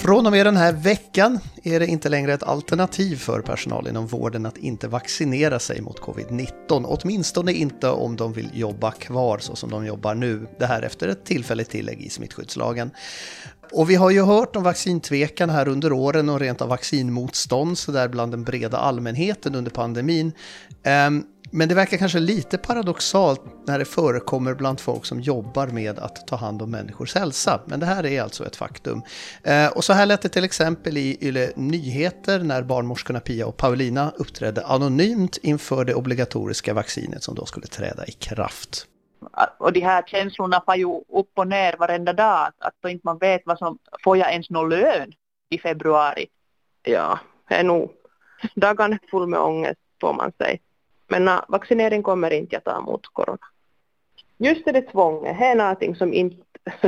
Från och med den här veckan är det inte längre ett alternativ för personal inom vården att inte vaccinera sig mot covid-19. Åtminstone inte om de vill jobba kvar så som de jobbar nu. Det här efter ett tillfälligt tillägg i smittskyddslagen. Och vi har ju hört om vaccintvekan här under åren och rent av vaccinmotstånd så där bland den breda allmänheten under pandemin. Men det verkar kanske lite paradoxalt när det förekommer bland folk som jobbar med att ta hand om människors hälsa. Men det här är alltså ett faktum. Och så här lät det till exempel i Yle Nyheter när barnmorskorna Pia och Paulina uppträdde anonymt inför det obligatoriska vaccinet som då skulle träda i kraft. Och de här känslorna får ju upp och ner varenda dag. Att då inte man vet vad som, får jag ens någon lön i februari? Ja, det är nog dagen full med ångest får man säga. Men vaccinering kommer inte att ta emot corona. Just det tvånget, det är någonting som inte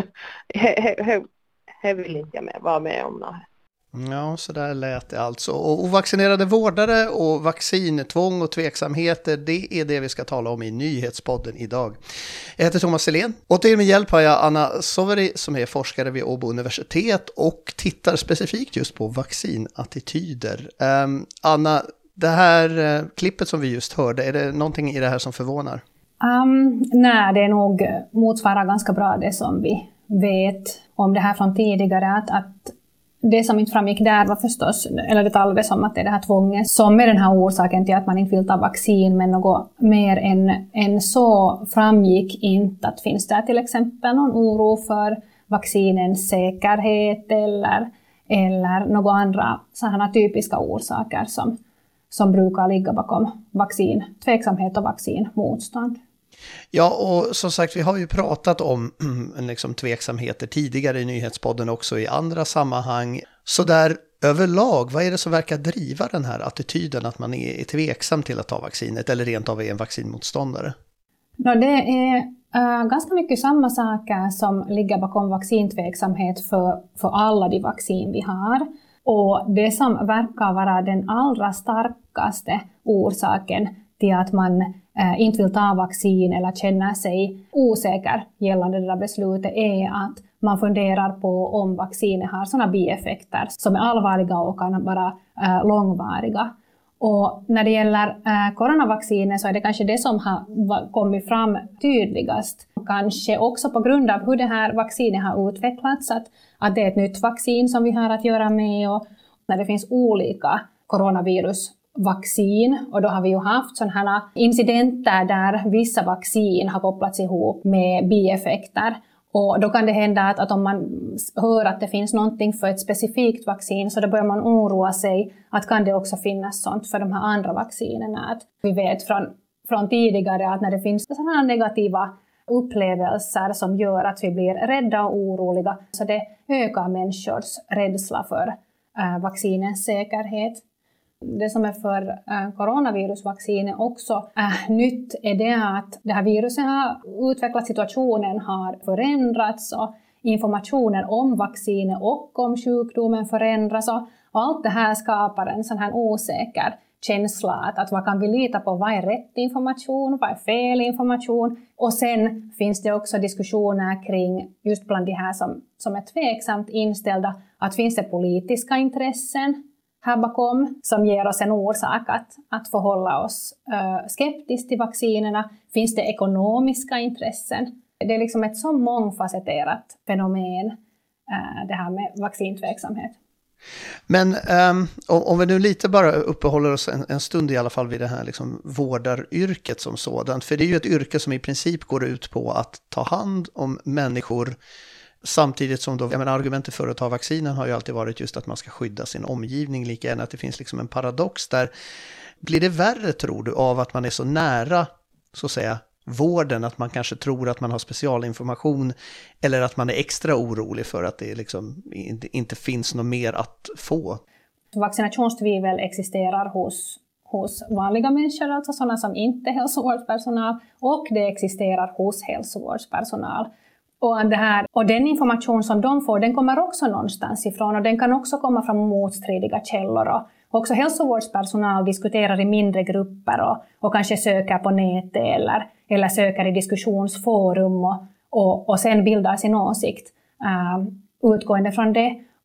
vill inte jag vara med om. Ja, så där lät det alltså. Och ovaccinerade vårdare och vaccintvång och tveksamheter, det är det vi ska tala om i Nyhetspodden idag. Jag heter Thomas Selén och till min hjälp har jag Anna Soveri som är forskare vid Åbo universitet och tittar specifikt just på vaccinattityder. Anna, det här klippet som vi just hörde, är det någonting i det här som förvånar? Nej, det är nog motsvarar ganska bra det som vi vet om det här från tidigare. Att det som inte framgick där var förstås, eller det talades som att det är det här tvånget som är den här orsaken till att man inte vill ta vaccin, men något mer än så framgick inte. Att finns det till exempel någon oro för vaccinens säkerhet eller några andra sådana typiska orsaker som brukar ligga bakom tveksamhet och vaccinmotstånd. Ja, och som sagt, vi har ju pratat om tveksamheter tidigare i Nyhetspodden också i andra sammanhang. Så där överlag, vad är det som verkar driva den här attityden att man är tveksam till att ta vaccinet eller rent av är en vaccinmotståndare? Ja, det är ganska mycket samma saker som ligger bakom vaccintveksamhet för alla de vaccin vi har. Och det som verkar vara den allra starkaste orsaken till att man inte vill ta vaccin eller känner sig osäker gällande det där beslutet är att man funderar på om vaccinet har sådana bieffekter som är allvarliga och kan vara långvariga. Och när det gäller coronavaccinet så är det kanske det som har kommit fram tydligast. Kanske också på grund av hur det här vaccinet har utvecklats, att det är ett nytt vaccin som vi har att göra med och när det finns olika coronavirusvaccin. Och då har vi ju haft sådana här incidenter där vissa vaccin har kopplats ihop med bieffekter. Och då kan det hända att om man hör att det finns någonting för ett specifikt vaccin så då börjar man oroa sig att kan det också finnas sånt för de här andra vaccinerna. Att vi vet från tidigare att när det finns sådana här negativa upplevelser som gör att vi blir rädda och oroliga så det ökar människors rädsla för vaccinens säkerhet. Det som är för coronavirusvaccinet också nytt är det att det här viruset har utvecklat, situationen har förändrats och informationen om vaccinet och om sjukdomen förändras och allt det här skapar en sån här osäker känsla att vad kan vi lita på, vad är rätt information, vad är fel information och sen finns det också diskussioner kring just bland de här som är tveksamt inställda att finns det politiska intressen här bakom som ger oss en orsak att förhålla oss skeptiskt till vaccinerna. Finns det ekonomiska intressen? Det är liksom ett så mångfacetterat fenomen det här med vaccintveksamhet. Men om vi nu lite bara uppehåller oss en stund i alla fall vid det här vårdaryrket som sådant. För det är ju ett yrke som i princip går ut på att ta hand om människor. Samtidigt som argumentet för att ta vaccinen har ju alltid varit just att man ska skydda sin omgivning lika gärna att det finns en paradox där. Blir det värre tror du av att man är så nära så att säga vården att man kanske tror att man har specialinformation eller att man är extra orolig för att det inte finns något mer att få? Vaccinationstvivel existerar hos vanliga människor, alltså sådana som inte är hälsovårdspersonal och det existerar hos hälsovårdspersonal. Och den information som de får, den kommer också någonstans ifrån och den kan också komma från motstridiga källor. Och också hälsovårdspersonal diskuterar i mindre grupper och kanske söker på nätet eller söker i diskussionsforum och sen bildar sin åsikt utgående från det.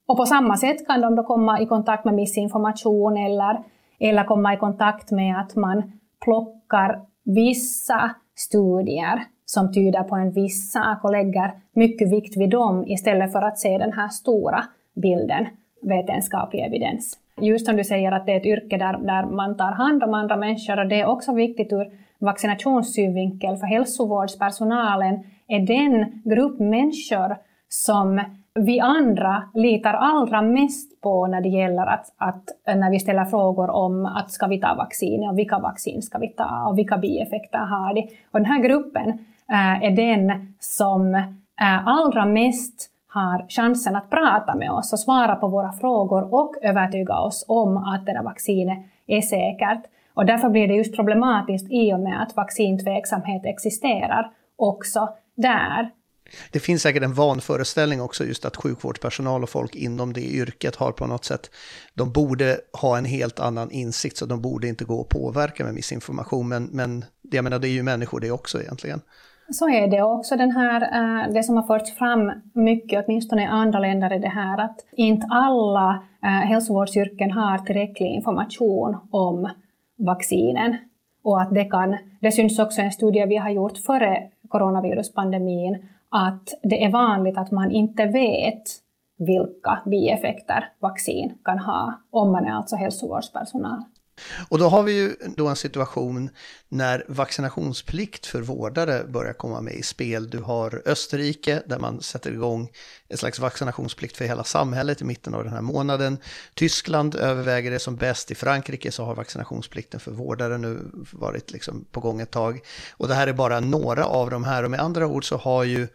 Och på samma sätt kan de då komma i kontakt med missinformation eller komma i kontakt med att man plockar vissa studier som tyder på en viss sak och lägger mycket vikt vid dem istället för att se den här stora bilden, vetenskaplig evidens. Just som du säger att det är ett yrke där man tar hand om andra människor, och det är också viktigt ur vaccinationssynvinkel, för hälsovårdspersonalen är den grupp människor som vi andra litar allra mest på när det gäller att när vi ställer frågor om att ska vi ta vaccin och vilka vaccin ska vi ta och vilka bieffekter har det. Och den här gruppen är den som allra mest har chansen att prata med oss och svara på våra frågor och övertyga oss om att det där vaccinet är säkert. Och därför blir det just problematiskt i och med att vaccintveksamhet existerar också där. Det finns säkert en vanföreställning också just att sjukvårdspersonal och folk inom det yrket har på något sätt, de borde ha en helt annan insikt, så de borde inte gå och påverka med missinformation, men jag menar, det är ju människor det också egentligen. Så är det också. Det som har förts fram mycket, åtminstone i andra länder, är det här att inte alla hälsovårdsyrken har tillräcklig information om vaccinen. Och att det syns också i en studie vi har gjort före coronaviruspandemin, att det är vanligt att man inte vet vilka bieffekter vaccin kan ha om man är alltså hälsovårdspersonal. Och då har vi ju då en situation när vaccinationsplikt för vårdare börjar komma med i spel. Du har Österrike där man sätter igång en slags vaccinationsplikt för hela samhället i mitten av den här månaden. Tyskland överväger det som bäst. I Frankrike så har vaccinationsplikten för vårdare nu varit liksom på gång ett tag. Och det här är bara några av de här. Och med andra ord så har ju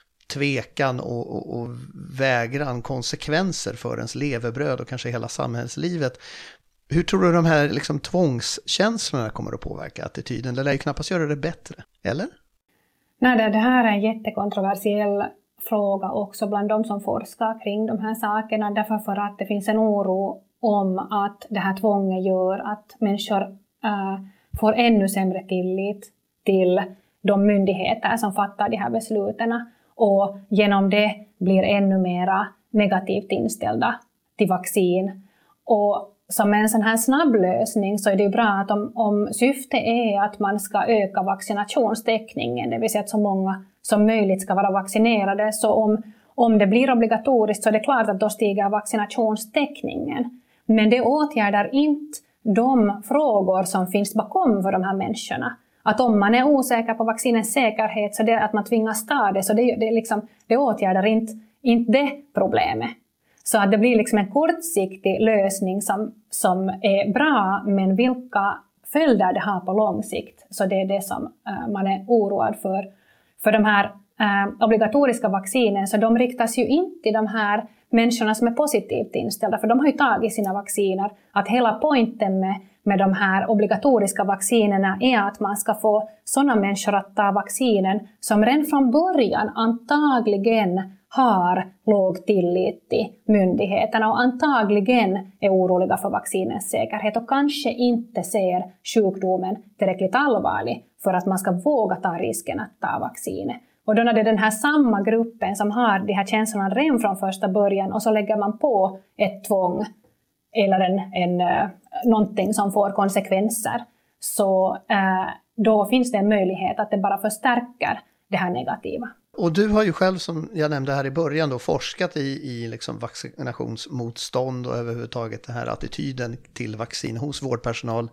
tvekan och vägran konsekvenser för ens levebröd och kanske hela samhällslivet. Hur tror du de här liksom tvångskänslorna kommer att påverka attityden? Det lär ju knappast göra det bättre, eller? Nej, det här är en jättekontroversiell fråga också bland de som forskar kring de här sakerna. Därför för att det finns en oro om att det här tvånget gör att människor får ännu sämre tillit till de myndigheter som fattar de här besluten. Och genom det blir ännu mera negativt inställda till vaccin. Och som en sån här snabb lösning så är det bra att om syftet är att man ska öka vaccinationstäckningen, det vill säga att så många som möjligt ska vara vaccinerade, så om det blir obligatoriskt så är det klart att då stiger vaccinationstäckningen. Men det åtgärdar inte de frågor som finns bakom för de här människorna. Att om man är osäker på vaccinens säkerhet så det att man tvingas ta det, så det åtgärdar inte det problemet. Så att det blir liksom en kortsiktig lösning som är bra, men vilka följder det har på lång sikt. Så det är det som man är oroad för. För de här obligatoriska vaccinen, så de riktas ju inte till de här människorna som är positivt inställda, för de har ju tagit sina vacciner. Att hela poängen med de här obligatoriska vaccinerna är att man ska få sådana människor att ta vaccinen som redan från början antagligen har låg tillit till myndigheterna och antagligen är oroliga för vaccinens säkerhet och kanske inte ser sjukdomen tillräckligt allvarlig för att man ska våga ta risken att ta vaccinet. Och då när det är den här samma gruppen som har de här känslorna redan från första början och så lägger man på ett tvång eller någonting som får konsekvenser, så då finns det en möjlighet att det bara förstärker det här negativa. Och du har ju själv, som jag nämnde här i början, då, forskat i liksom vaccinationsmotstånd och överhuvudtaget den här attityden till vaccin hos vårdpersonal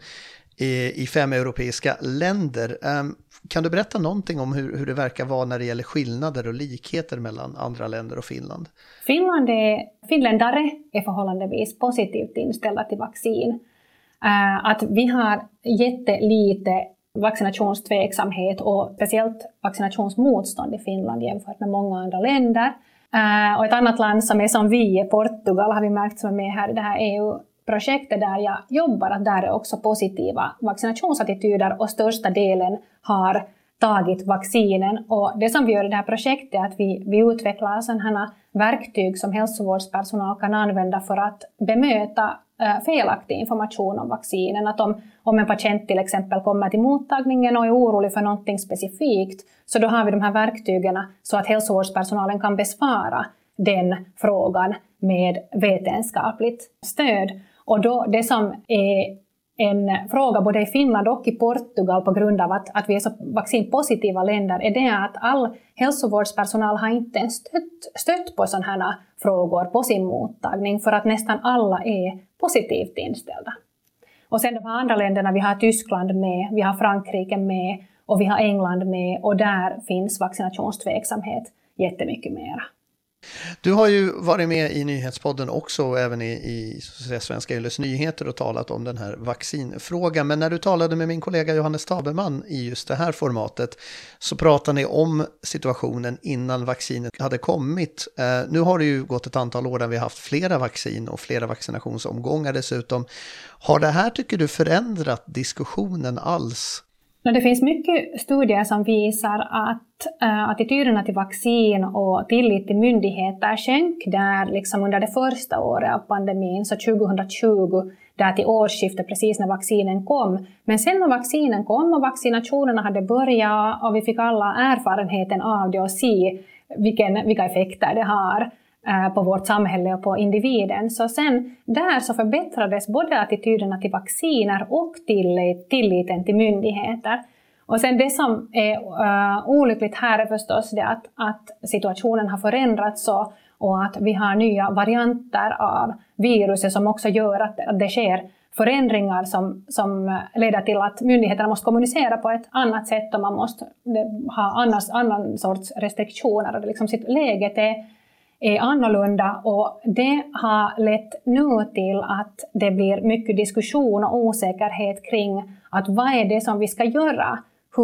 i 5 europeiska länder. Kan du berätta någonting om hur det verkar vara när det gäller skillnader och likheter mellan andra länder och Finland? Finländare är förhållandevis positivt inställda till vaccin. Att vi har jättelite vaccinationstveksamhet och speciellt vaccinationsmotstånd i Finland jämfört med många andra länder. Och ett annat land som är som vi är Portugal, har vi märkt, som är med här i det här EU-projektet där jag jobbar, att där är också positiva vaccinationsattityder och största delen har tagit vaccinen. Och det som vi gör i det här projektet är att vi utvecklar sådana verktyg som hälsovårdspersonal kan använda för att bemöta felaktig information om vaccinen. Att om en patient till exempel kommer till mottagningen och är orolig för någonting specifikt, så då har vi de här verktygen så att hälsovårdspersonalen kan besvara den frågan med vetenskapligt stöd. Och då det som är en fråga både i Finland och i Portugal på grund av att vi är så vaccinpositiva länder är det att all hälsovårdspersonal har inte stött på sådana här frågor på sin mottagning för att nästan alla är positivt inställda. Och sen de här andra länderna, vi har Tyskland med, vi har Frankrike med och vi har England med och där finns vaccinationstveksamhet jättemycket mera. Du har ju varit med i nyhetspodden också och även i så att säga, Svenska Yles Nyheter och talat om den här vaccinfrågan. Men när du talade med min kollega Johannes Taberman i just det här formatet så pratade ni om situationen innan vaccinet hade kommit. Nu har det ju gått ett antal år där vi har haft flera vaccin och flera vaccinationsomgångar dessutom. Har det här, tycker du, förändrat diskussionen alls? Det finns mycket studier som visar att attityderna till vaccin och tillit till myndigheter sjönk där liksom under det första året av pandemin, så 2020, där till årsskiftet precis när vaccinen kom. Men sen när vaccinen kom och vaccinationerna hade börjat och vi fick alla erfarenheten av det och se vilka effekter det har på vårt samhälle och på individen. Så sen där så förbättrades både attityderna till vacciner och tilliten till myndigheter. Och sen det som är olyckligt här är förstås det att situationen har förändrats och att vi har nya varianter av viruset som också gör att det sker förändringar som leder till att myndigheterna måste kommunicera på ett annat sätt och man måste ha annan sorts restriktioner. Och liksom läget är annorlunda och det har lett nu till att det blir mycket diskussion och osäkerhet kring att vad är det som vi ska göra?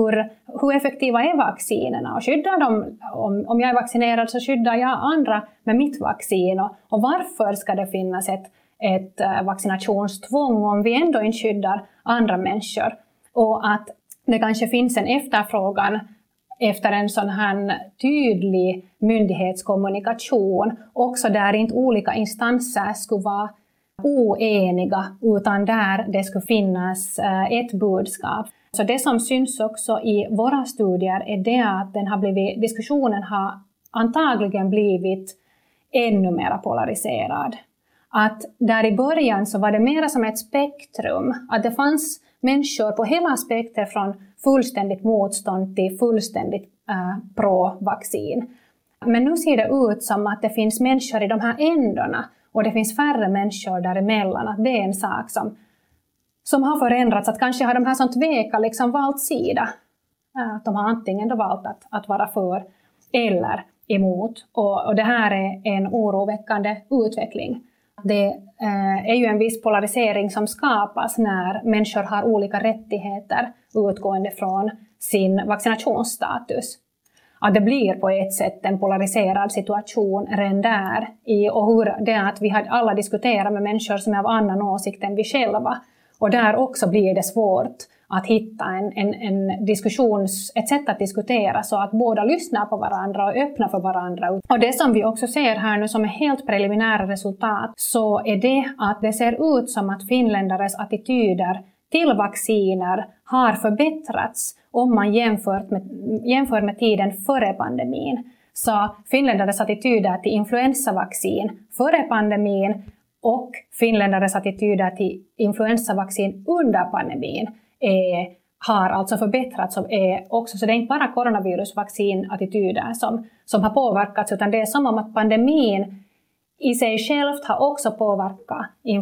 Hur effektiva är vaccinerna? Och skyddar de, om jag är vaccinerad så skyddar jag andra med mitt vaccin. Och varför ska det finnas ett vaccinationstvång om vi ändå inte skyddar andra människor? Och att det kanske finns en efterfrågan efter en sån här tydlig myndighetskommunikation, också där inte olika instanser skulle vara oeniga, utan där det skulle finnas ett budskap. Så det som syns också i våra studier är det att diskussionen har antagligen blivit ännu mer polariserad. Att där i början så var det mer som ett spektrum, att det fanns människor på hela spektret från fullständigt motstånd till fullständigt pro-vaccin. Men nu ser det ut som att det finns människor i de här ändarna och det finns färre människor däremellan. Att det är en sak som har förändrats. Att kanske har de här som tvekar liksom valt sida. Att de har antingen då valt att vara för eller emot. Och det här är en oroväckande utveckling. Det är ju en viss polarisering som skapas när människor har olika rättigheter utgående från sin vaccinationsstatus. Att det blir på ett sätt en polariserad situation redan där. Och hur det är att vi alla diskuterar med människor som är av annan åsikt än vi själva. Och där också blir det svårt att hitta ett sätt att diskutera så att båda lyssnar på varandra och öppnar för varandra. Och det som vi också ser här nu som är helt preliminära resultat så är det att det ser ut som att finländares attityder till vacciner har förbättrats om man jämför med tiden före pandemin. Så finländares attityder till influensavaccin före pandemin och finländares attityder till influensavaccin under pandemin har alltså förbättrats. Så det är inte bara coronavirusvaccinattityder som har påverkats, utan det är som om att pandemin i sig själv har också påverkat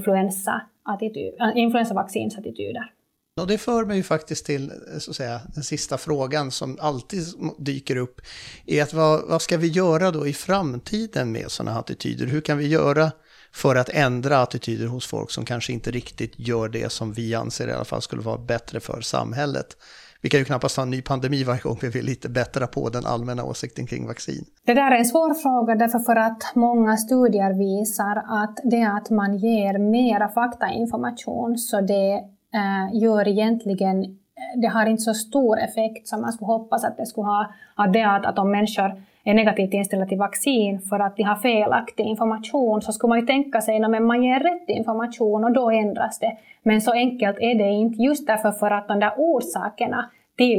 influensavaccinsattityder. Och det för mig faktiskt till så att säga, den sista frågan som alltid dyker upp är att vad ska vi göra då i framtiden med sådana attityder? Hur kan vi göra för att ändra attityder hos folk som kanske inte riktigt gör det som vi anser i alla fall skulle vara bättre för samhället? Vi kan ju knappast ha en ny pandemi varje gång vi vill lite bättre på den allmänna åsikten kring vaccin. Det där är en svår fråga därför för att många studier visar att det att man ger mera faktainformation så det gör egentligen, det har inte så stor effekt som man skulle hoppas att det skulle ha. Att om människor är negativt inställda till vaccin för att de har felaktig information så skulle man ju tänka sig att man ger rätt information och då ändras det. Men så enkelt är det inte, just därför för att de där orsakerna till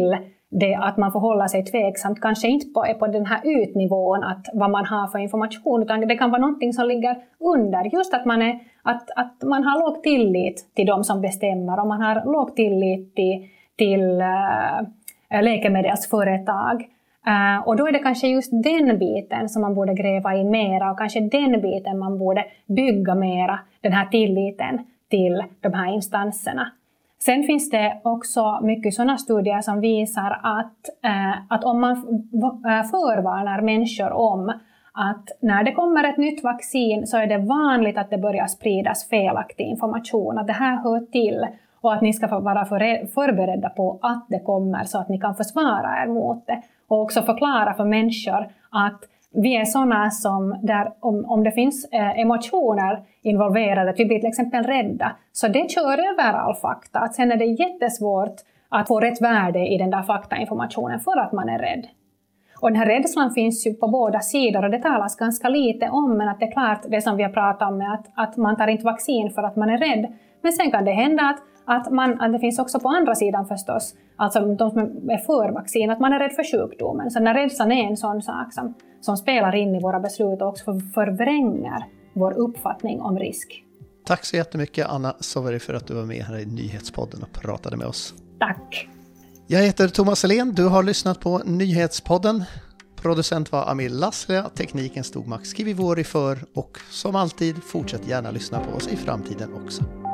det att man får hålla sig tveksamt kanske inte är på den här ytnivån att vad man har för information, utan det kan vara någonting som ligger under. Just att man har låg tillit till de som bestämmer, och man har låg tillit till läkemedelsföretag. Och då är det kanske just den biten som man borde gräva i mera, och kanske den biten man borde bygga mera, den här tilliten till de här instanserna. Sen finns det också mycket sådana studier som visar att om man förvarnar människor om att när det kommer ett nytt vaccin så är det vanligt att det börjar spridas felaktig information, att det här hör till, och att ni ska vara förberedda på att det kommer så att ni kan försvara er mot det. Och också förklara för människor att vi är sådana som, där om det finns emotioner involverade, att vi blir till exempel rädda, så det kör över all fakta. Att sen är det jättesvårt att få rätt värde i den där faktainformationen för att man är rädd. Och den här rädslan finns ju på båda sidor, och det talas ganska lite om, men att det är klart det som vi har pratat om med att man tar inte vaccin för att man är rädd. Men sen kan det hända att det finns också på andra sidan förstås, alltså de som är för vaccin, att man är rädd för sjukdomen. Så den här rädslan är en sån sak som spelar in i våra beslut och också förvränger vår uppfattning om risk. Tack så jättemycket Anna Soveri för att du var med här i Nyhetspodden och pratade med oss. Tack! Jag heter Thomas Helén, du har lyssnat på Nyhetspodden. Producent var Amil Lasslea, tekniken stod Max Kivivori för, och som alltid fortsätt gärna lyssna på oss i framtiden också.